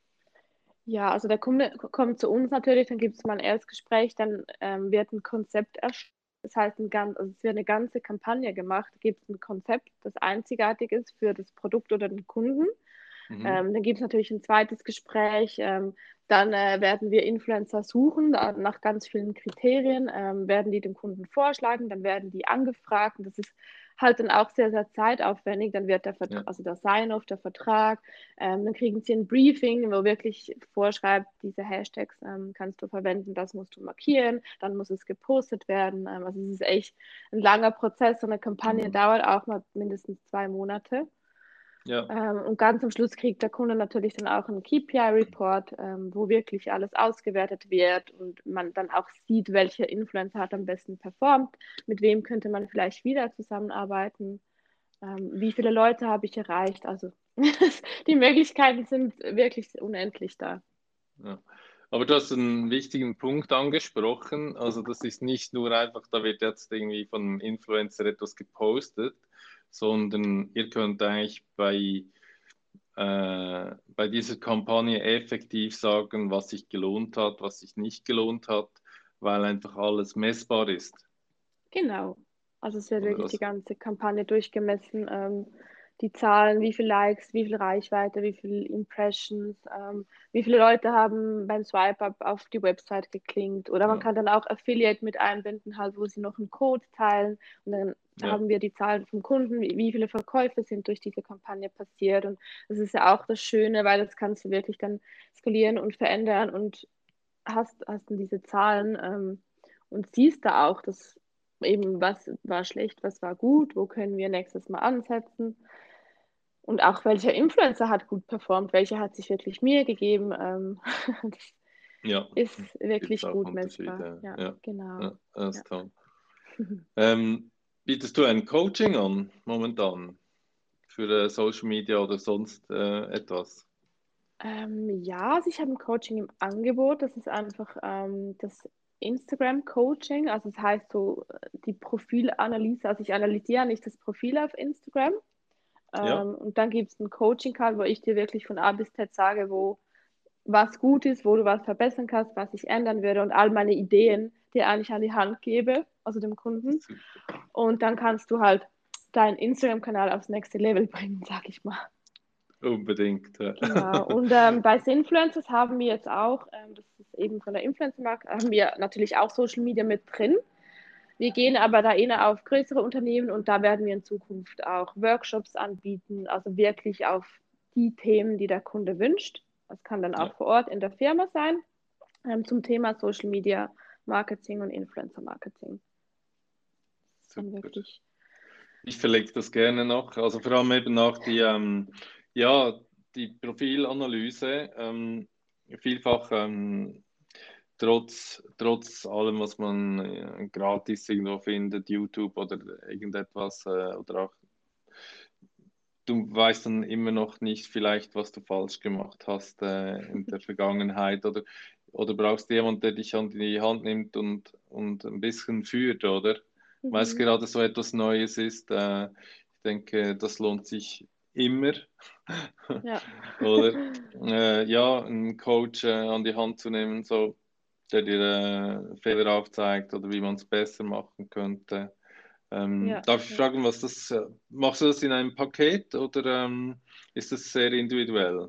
ja, also der Kunde kommt zu uns natürlich, dann gibt es mal ein Erstgespräch, dann wird ein Konzept erstellt. Das heißt, also es wird eine ganze Kampagne gemacht, gibt es ein Konzept, das einzigartig ist für das Produkt oder den Kunden. Mhm. Dann gibt es natürlich ein zweites Gespräch. Dann werden wir Influencer suchen nach ganz vielen Kriterien, werden die dem Kunden vorschlagen, dann werden die angefragt. Und das ist halt dann auch sehr, sehr zeitaufwendig. Dann wird Ja, also der Sign-off, der Vertrag, dann kriegen sie ein Briefing, wo wirklich vorschreibt, diese Hashtags kannst du verwenden, das musst du markieren, dann muss es gepostet werden. Also es ist echt ein langer Prozess. So eine Kampagne mhm. dauert auch mal mindestens 2 Monate. Ja, Und ganz am Schluss kriegt der Kunde natürlich dann auch einen KPI-Report, wo wirklich alles ausgewertet wird und man dann auch sieht, welcher Influencer hat am besten performt, mit wem könnte man vielleicht wieder zusammenarbeiten, wie viele Leute habe ich erreicht. Also die Möglichkeiten sind wirklich unendlich da. ja. Aber du hast einen wichtigen Punkt angesprochen. Also das ist nicht nur einfach, da wird jetzt irgendwie von einem Influencer etwas gepostet, sondern ihr könnt eigentlich bei dieser Kampagne effektiv sagen, was sich gelohnt hat, was sich nicht gelohnt hat, weil einfach alles messbar ist. Genau. Also es wird Oder wirklich die was? ganze Kampagne durchgemessen. Die Zahlen, wie viel Likes, wie viel Reichweite, wie viel Impressions, wie viele Leute haben beim Swipe-Up auf die Website geklickt. Oder man Ja, kann dann auch Affiliate mit einbinden, halt, wo sie noch einen Code teilen. Und dann ja, haben wir die Zahlen vom Kunden, wie viele Verkäufe sind durch diese Kampagne passiert. Und das ist ja auch das Schöne, weil das kannst du wirklich dann skalieren und verändern und hast dann diese Zahlen und siehst da auch, dass eben was war schlecht, was war gut, wo können wir nächstes Mal ansetzen und auch welcher Influencer hat gut performt, welcher hat sich wirklich Mühe gegeben. ja. Das ist Gibt es wirklich auch gut messbar. Unterschiede? Ja, Ja, ja, genau. das Ja. ist toll. Bietest du ein Coaching an momentan für Social Media oder sonst etwas? Ja, also ich habe ein Coaching im Angebot. Das ist einfach das Instagram-Coaching, also das heißt so die Profilanalyse, also ich analysiere nicht das Profil auf Instagram. Ja, Und dann gibt es einen Coaching-Call, wo ich dir wirklich von A bis Z sage, wo was gut ist, wo du was verbessern kannst, was ich ändern würde und all meine Ideen dir eigentlich an die Hand gebe, also dem Kunden. super. Und dann kannst du halt deinen Instagram-Kanal aufs nächste Level bringen, sag ich mal. Unbedingt. Ja. Genau. Und bei Influencers haben wir jetzt auch, das ist eben von der Influencer-Marke, haben wir natürlich auch Social Media mit drin. Wir gehen aber da eher auf größere Unternehmen und da werden wir in Zukunft auch Workshops anbieten, also wirklich auf die Themen, die der Kunde wünscht. Das kann dann auch Ja, vor Ort in der Firma sein, zum Thema Social Media Marketing und Influencer Marketing. Das ist dann super. wirklich, Ich verlege das gerne noch. Also vor allem eben nach ja, die Profilanalyse. Vielfach trotz allem, was man gratis irgendwo findet, YouTube oder irgendetwas, oder auch, du weißt dann immer noch nicht vielleicht, was du falsch gemacht hast in der Vergangenheit oder brauchst jemanden, der dich an die Hand nimmt und ein bisschen führt, oder? Weil es mhm. gerade so etwas Neues ist. Ich denke, das lohnt sich immer. Ja. Oder ja, einen Coach an die Hand zu nehmen, so, der dir Fehler aufzeigt oder wie man es besser machen könnte. Ja, Darf ich ja. fragen, machst du das in einem Paket oder ist das sehr individuell?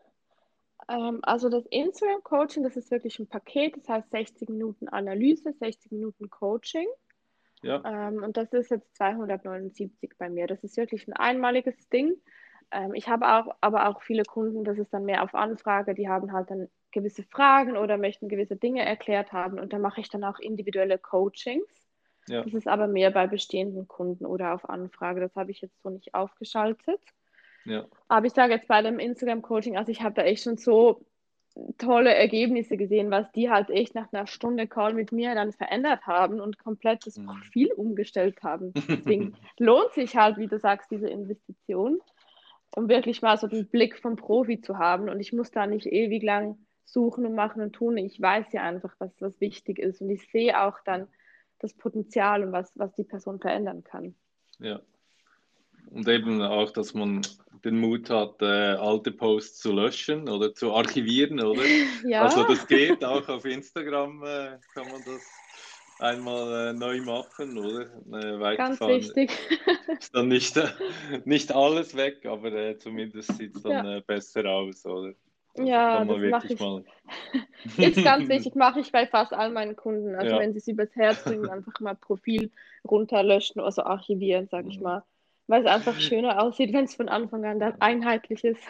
Also das Instagram-Coaching, das ist wirklich ein Paket, das heißt 60 Minuten Analyse, 60 Minuten Coaching. Ja, Und das ist jetzt 279 bei mir. Das ist wirklich ein einmaliges Ding. Ich habe auch, aber auch viele Kunden, das ist dann mehr auf Anfrage, die haben halt dann gewisse Fragen oder möchten gewisse Dinge erklärt haben. Und da mache ich dann auch individuelle Coachings. ja, Das ist aber mehr bei bestehenden Kunden oder auf Anfrage. Das habe ich jetzt so nicht aufgeschaltet. ja. Aber ich sage jetzt bei dem Instagram-Coaching, also ich habe da echt schon so tolle Ergebnisse gesehen, was die halt echt nach einer Stunde Call mit mir dann verändert haben und komplett das Mhm. Profil umgestellt haben. Deswegen lohnt sich halt, wie du sagst, diese Investition, um wirklich mal so den Blick vom Profi zu haben. Und ich muss da nicht ewig lang suchen und machen und tun. Ich weiß ja einfach, was wichtig ist. Und ich sehe auch dann das Potenzial und was die Person verändern kann. Ja. Und eben auch, dass man den Mut hat, alte Posts zu löschen oder zu archivieren, oder? Also Ja, das geht, auch auf Instagram kann man das einmal neu machen, oder? ganz Weiterfahren wichtig. ist dann nicht alles weg, aber zumindest sieht es dann Ja. besser aus, oder? Also Ja, kann man das mache wirklich ich. mal. Ist ganz wichtig, mache ich bei fast all meinen Kunden. Also Ja. wenn sie es übers Herz bringen, einfach mal Profil runterlöschen, also archivieren, sage ich mal. Weil es einfach schöner aussieht, wenn es von Anfang an dann einheitlich ist.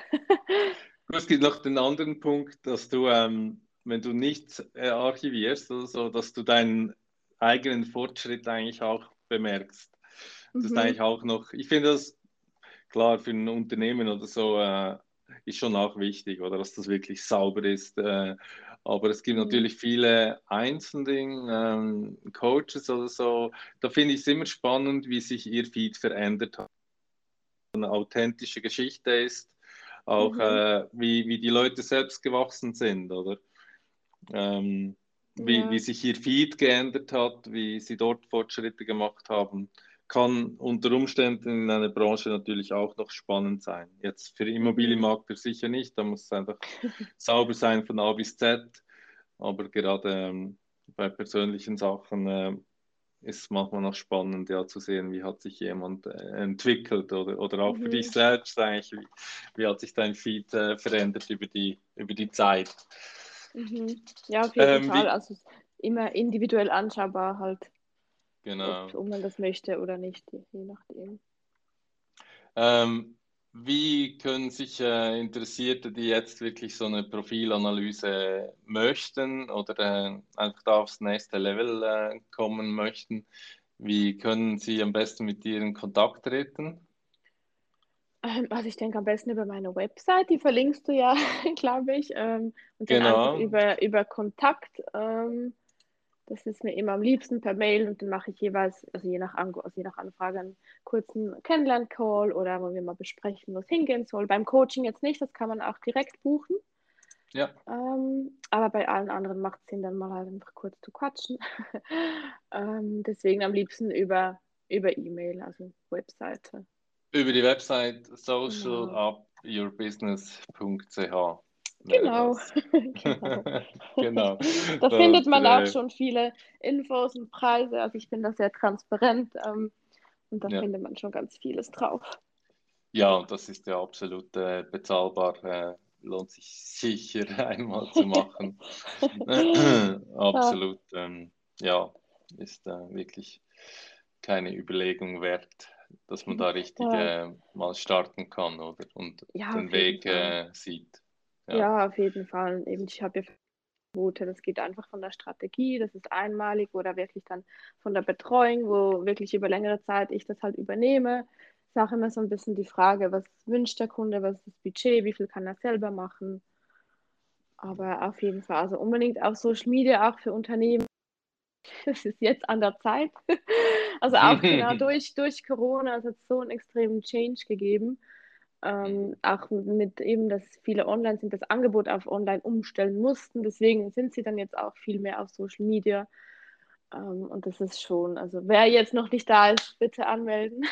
Es gibt noch den anderen Punkt, dass du, wenn du nichts archivierst oder so, dass du deinen eigenen Fortschritt eigentlich auch bemerkst. Das ist Mhm. eigentlich auch noch, ich finde das klar für ein Unternehmen oder so, ist schon auch wichtig, oder dass das wirklich sauber ist. Aber es gibt Mhm. natürlich viele Einzelding, Coaches oder so. Da finde ich es immer spannend, wie sich ihr Feed verändert hat. Eine authentische Geschichte ist, auch Mhm. wie die Leute selbst gewachsen sind, oder? Ähm, wie Ja. sich ihr Feed geändert hat, wie sie dort Fortschritte gemacht haben, kann unter Umständen in einer Branche natürlich auch noch spannend sein. Jetzt für Mhm. Immobilienmakler sicher nicht, da muss es einfach sauber sein von A bis Z, aber gerade bei persönlichen Sachen ist manchmal noch spannend, ja, zu sehen, wie hat sich jemand entwickelt oder auch für dich Mhm. selbst eigentlich, wie hat sich dein Feed verändert über die Zeit. Mhm. Ja, auf jeden Fall. Wie, Also immer individuell anschaubar halt, genau. ob man das möchte oder nicht, je nachdem. Ähm, wie können sich Interessierte, die jetzt wirklich so eine Profilanalyse möchten oder einfach da aufs nächste Level kommen möchten, wie können sie am besten mit dir in Kontakt treten? Also ich denke am besten über meine Website, die verlinkst du ja, glaube ich. Und dann einfach Genau, über Kontakt. Das ist mir immer am liebsten per Mail und dann mache ich jeweils, also je nach Anfrage, einen kurzen Kennenlern-Call oder wo wir mal besprechen, wo es hingehen soll. Beim Coaching jetzt nicht, das kann man auch direkt buchen. Ja, Aber bei allen anderen macht es Sinn, dann mal halt einfach kurz zu quatschen. Deswegen am liebsten über E-Mail, also Webseite. über die Website Genau. socialupyourbusiness.ch wäre Genau. das. Genau. Genau. Da findet Und, man auch schon viele Infos und Preise. Also ich bin da sehr transparent, und da ja. findet man schon ganz vieles drauf. Ja, und das ist ja absolut bezahlbar. Lohnt sich sicher einmal zu machen. Ja, Absolut. Ja, ist wirklich keine Überlegung wert, dass man da richtig ja, mal starten kann, oder? Und ja, den auf jeden Weg Fall. sieht. Ja. Ja, auf jeden Fall. Eben, ich habe ja Verbote, das geht einfach von der Strategie, das ist einmalig oder wirklich dann von der Betreuung, wo wirklich über längere Zeit ich das halt übernehme. Ist auch immer so ein bisschen die Frage, was wünscht der Kunde, was ist das Budget, wie viel kann er selber machen. Aber auf jeden Fall, also unbedingt auf Social Media, auch für Unternehmen. Es ist jetzt an der Zeit. Also auch genau durch Corona, es hat so einen extremen Change gegeben. Auch mit eben, dass viele online sind, das Angebot auf online umstellen mussten. Deswegen sind sie dann jetzt auch viel mehr auf Social Media. Und das ist schon, also wer jetzt noch nicht da ist, bitte anmelden.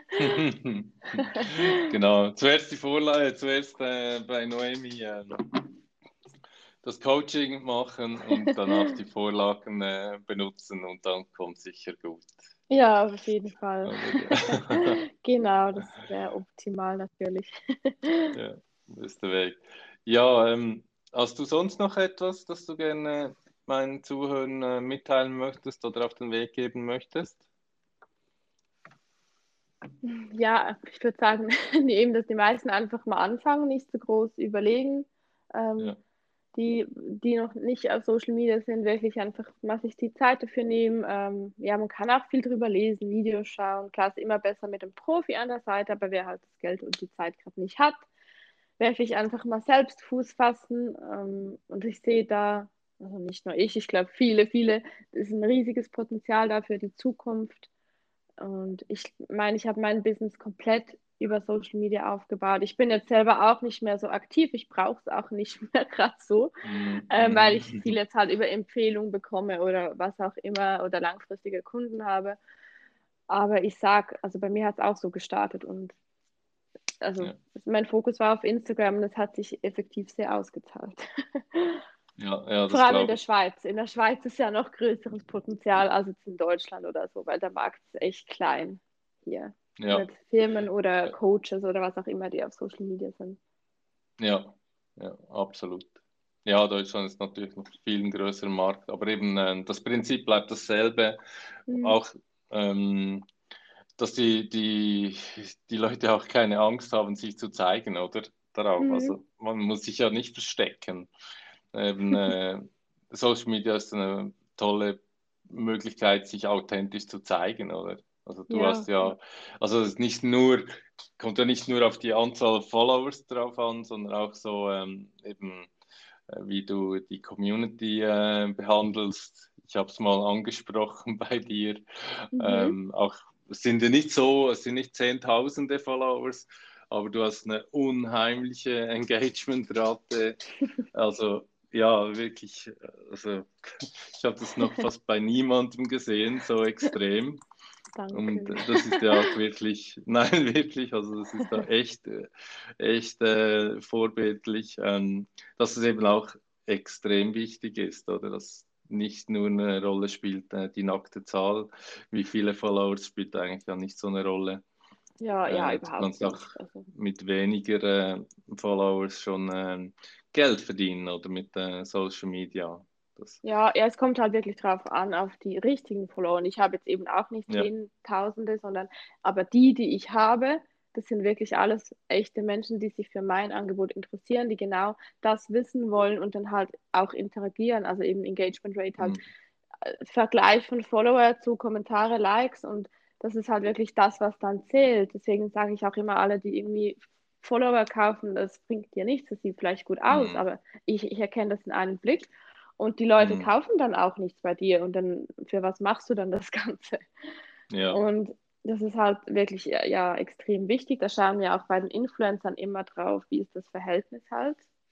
Genau, zuerst die Vorlage, zuerst bei Noemi das Coaching machen und danach die Vorlagen benutzen und dann kommt sicher gut. Ja, auf jeden Fall. Oder? Genau, das wäre optimal natürlich. Ja, das ist der Weg. Ja, hast du sonst noch etwas, das du gerne meinen Zuhörern mitteilen möchtest oder auf den Weg geben möchtest? Ja, ich würde sagen, eben, dass die meisten einfach mal anfangen, nicht zu groß überlegen. Ähm, Ja. die noch nicht auf Social Media sind, wirklich einfach mal sich die Zeit dafür nehmen. Ja, man kann auch viel drüber lesen, Videos schauen. Klar, ist immer besser mit einem Profi an der Seite, aber wer halt das Geld und die Zeit gerade nicht hat, werfe ich einfach mal selbst Fuß fassen. Und ich sehe da, also nicht nur ich glaube viele, das ist ein riesiges Potenzial da für die Zukunft. Und ich meine, ich habe mein Business komplett über Social Media aufgebaut. Ich bin jetzt selber auch nicht mehr so aktiv. Ich brauche es auch nicht mehr gerade so, weil ich viel Mhm. jetzt halt über Empfehlungen bekomme oder was auch immer oder langfristige Kunden habe. Aber ich sag, also bei mir hat es auch so gestartet und also Ja, mein Fokus war auf Instagram und das hat sich effektiv sehr ausgezahlt. ja, ja, Vor das allem in glaube der ich. Schweiz. In der Schweiz ist ja noch größeres Potenzial als jetzt in Deutschland oder so, weil der Markt ist echt klein hier. Ja, Mit Firmen oder ja, Coaches oder was auch immer, die auf Social Media sind. ja, ja, absolut. Ja, Deutschland ist natürlich noch viel ein größerer Markt, aber eben das Prinzip bleibt dasselbe. Mhm. Auch, ähm, dass die Leute auch keine Angst haben, sich zu zeigen, oder? Darauf. Mhm. Also man muss sich ja nicht verstecken. Eben, Social Media ist eine tolle Möglichkeit, sich authentisch zu zeigen, oder? Also du Ja. hast ja, also es ist nicht nur, kommt ja nicht nur auf die Anzahl Followers drauf an, sondern auch so eben, wie du die Community behandelst. Ich habe es mal angesprochen bei dir. Mhm. Auch es sind ja nicht so, es sind nicht Zehntausende Followers, aber du hast eine unheimliche Engagementrate. Also ja, wirklich, also ich habe das noch fast bei niemandem gesehen, so extrem. Und Danke. das ist ja auch wirklich, nein, wirklich, also das ist da echt, echt vorbildlich, dass es eben auch extrem wichtig ist, oder dass nicht nur eine Rolle spielt die nackte Zahl, wie viele Followers spielt eigentlich ja nicht so eine Rolle. Ja, ja, Du überhaupt kannst auch nicht. Also, mit weniger Followers schon Geld verdienen oder mit Social Media. Das, ja, ja, es kommt halt wirklich drauf an, auf die richtigen Follower. Und ich habe jetzt eben auch nicht ja, Zehntausende, sondern aber die ich habe, das sind wirklich alles echte Menschen, die sich für mein Angebot interessieren, die genau das wissen wollen und dann halt auch interagieren. Also eben Engagement Rate halt mm, Vergleich von Follower zu Kommentare, Likes und das ist halt wirklich das, was dann zählt. Deswegen sage ich auch immer alle, die irgendwie Follower kaufen, das bringt dir nichts, das sieht vielleicht gut aus, mm, aber ich erkenne das in einem Blick und die Leute mm, kaufen dann auch nichts bei dir und dann für was machst du dann das Ganze? ja, Und das ist halt wirklich ja extrem wichtig. Da schauen wir auch bei den Influencern immer drauf, wie ist das Verhältnis halt.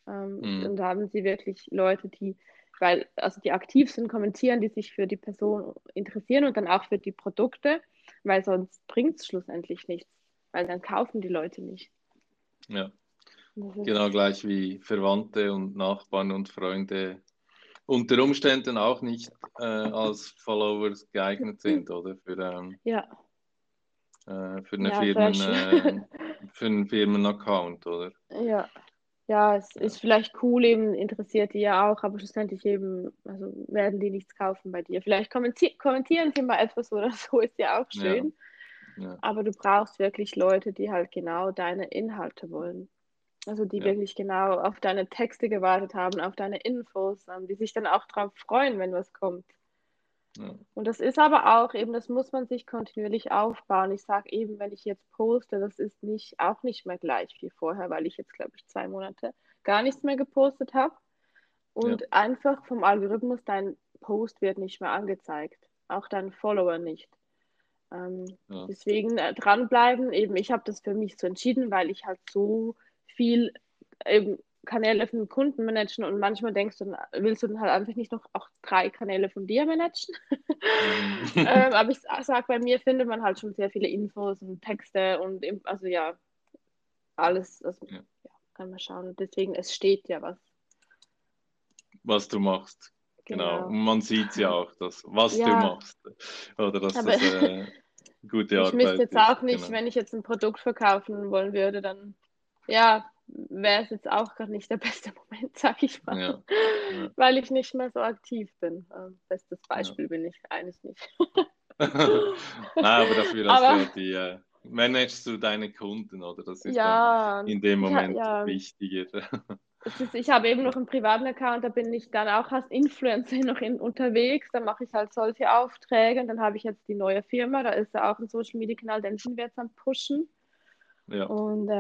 Und da haben sie wirklich Leute, also die aktiv sind, kommentieren, die sich für die Person interessieren und dann auch für die Produkte, weil sonst bringt es schlussendlich nichts, weil dann kaufen die Leute nicht. Ja, Das ist, genau gleich wie Verwandte und Nachbarn und Freunde unter Umständen auch nicht als Followers geeignet sind, oder? ja, Für eine ja, vielleicht, für einen Firmenaccount, oder? ja. Ja, es Ja, ist vielleicht cool, eben interessiert die ja auch, aber schlussendlich eben, also werden die nichts kaufen bei dir. Vielleicht kommentieren sie mal etwas oder so, ist ja auch ja, schön. ja, Aber du brauchst wirklich Leute, die halt genau deine Inhalte wollen. Also die ja, wirklich genau auf deine Texte gewartet haben, auf deine Infos, die sich dann auch drauf freuen, wenn was kommt. ja, Und das ist aber auch eben, das muss man sich kontinuierlich aufbauen. Ich sage eben, wenn ich jetzt poste, das ist auch nicht mehr gleich wie vorher, weil ich jetzt, glaube ich, 2 Monate gar nichts mehr gepostet habe. ja, Und einfach vom Algorithmus, dein Post wird nicht mehr angezeigt. Auch deinen Follower nicht. ja, Deswegen dranbleiben. Eben, ich habe das für mich so entschieden, weil ich halt so viel eben Kanäle von Kunden managen und manchmal willst du dann halt einfach nicht noch auch 3 Kanäle von dir managen. mhm. Aber ich sage, bei mir findet man halt schon sehr viele Infos und Texte und also ja, alles, also Ja, ja, kann man schauen. Deswegen, es steht ja was. was du machst. Genau. Genau. Und man sieht ja auch, was du Ja, machst. Oder dass aber das gute ich müsste Arbeit jetzt ist. auch nicht, Genau. wenn ich jetzt ein Produkt verkaufen wollen würde, dann ja, wäre es jetzt auch gerade nicht der beste Moment, sag ich mal, Ja, ja, weil ich nicht mehr so aktiv bin. Bestes ja. Beispiel bin ich eigentlich nicht. Nein, aber dafür hast du Aber ja managst du deine Kunden, oder? Das ist dann ja, in dem Moment ja, wichtiger. ich habe eben noch einen privaten Account, da bin ich dann auch als Influencer noch unterwegs. Da mache ich halt solche Aufträge und dann habe ich jetzt die neue Firma, da ist ja auch ein Social Media Kanal, den sind wir jetzt am Pushen. Ja, Und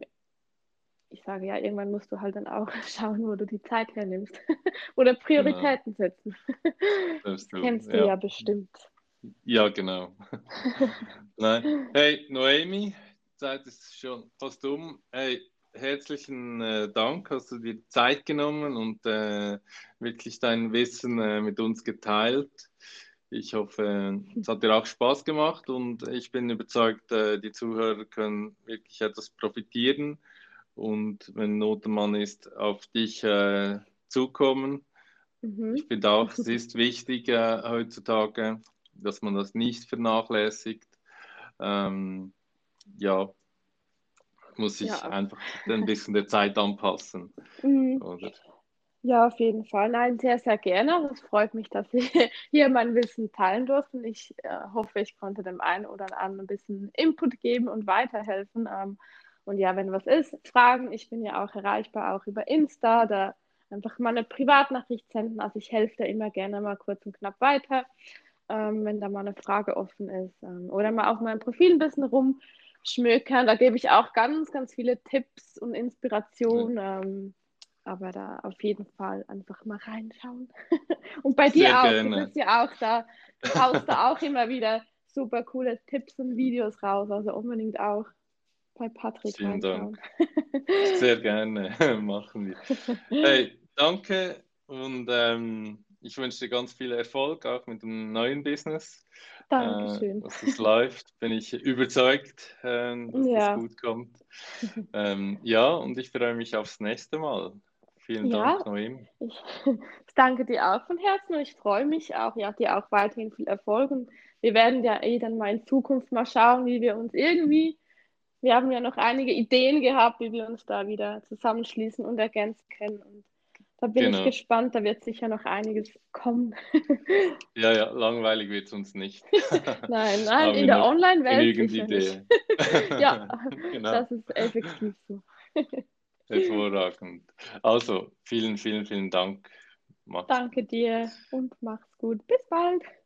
ich sage ja, irgendwann musst du halt dann auch schauen, wo du die Zeit hernimmst. Oder genau. Prioritäten setzen. Das Das du, kennst du ja. ja bestimmt. Ja, genau. Nein. Hey, Noemi, die Zeit ist schon fast um. Hey, herzlichen Dank, hast du dir die Zeit genommen und wirklich dein Wissen mit uns geteilt. Ich hoffe, es hat dir auch Spaß gemacht und ich bin überzeugt, die Zuhörer können wirklich etwas profitieren und wenn Not am Mann ist, auf dich zukommen. Mhm. Ich finde auch, es ist wichtig heutzutage, dass man das nicht vernachlässigt. Ähm, ja, muss sich Ja. einfach ein bisschen der Zeit anpassen, Mhm. oder? Ja, auf jeden Fall. Nein, sehr, sehr gerne. Es freut mich, dass ich hier mein Wissen teilen durfte. Und ich hoffe, ich konnte dem einen oder anderen ein bisschen Input geben und weiterhelfen. Und ja, wenn was ist, Fragen. Ich bin ja auch erreichbar, auch über Insta. Da einfach mal eine Privatnachricht senden. Also ich helfe da immer gerne mal kurz und knapp weiter, wenn da mal eine Frage offen ist. Oder mal auf meinem Profil ein bisschen rumschmökern. Da gebe ich auch ganz, ganz viele Tipps und Ja, Inspirationen. Aber da auf jeden Fall einfach mal reinschauen. Und bei sehr dir auch. Du gerne. bist ja auch da. Du haust da auch immer wieder super coole Tipps und Videos raus. Also unbedingt auch bei Patrick Vielen reinschauen. Dank. Sehr gerne machen wir. Hey, danke und ich wünsche dir ganz viel Erfolg auch mit dem neuen Business, Dankeschön. dass das läuft. Bin ich überzeugt, dass das Ja, gut kommt. Ja, und ich freue mich aufs nächste Mal. Vielen ja, Dank, Noemi. ich danke dir auch von Herzen und ich freue mich auch. Ja, dir auch weiterhin viel Erfolg. Und wir werden ja dann mal in Zukunft mal schauen, wie wir uns irgendwie. Wir haben ja noch einige Ideen gehabt, wie wir uns da wieder zusammenschließen und ergänzen können. Und da bin ich Genau. gespannt, da wird sicher noch einiges kommen. Ja, ja, langweilig wird es uns nicht. Nein, nein, Haben in wir der noch Online-Welt genügend sicher nicht. Ideen. Ja, Genau. das ist effektiv so. Hervorragend. Also, vielen, vielen, vielen Dank. Mach's Danke gut. dir und mach's gut. Bis bald.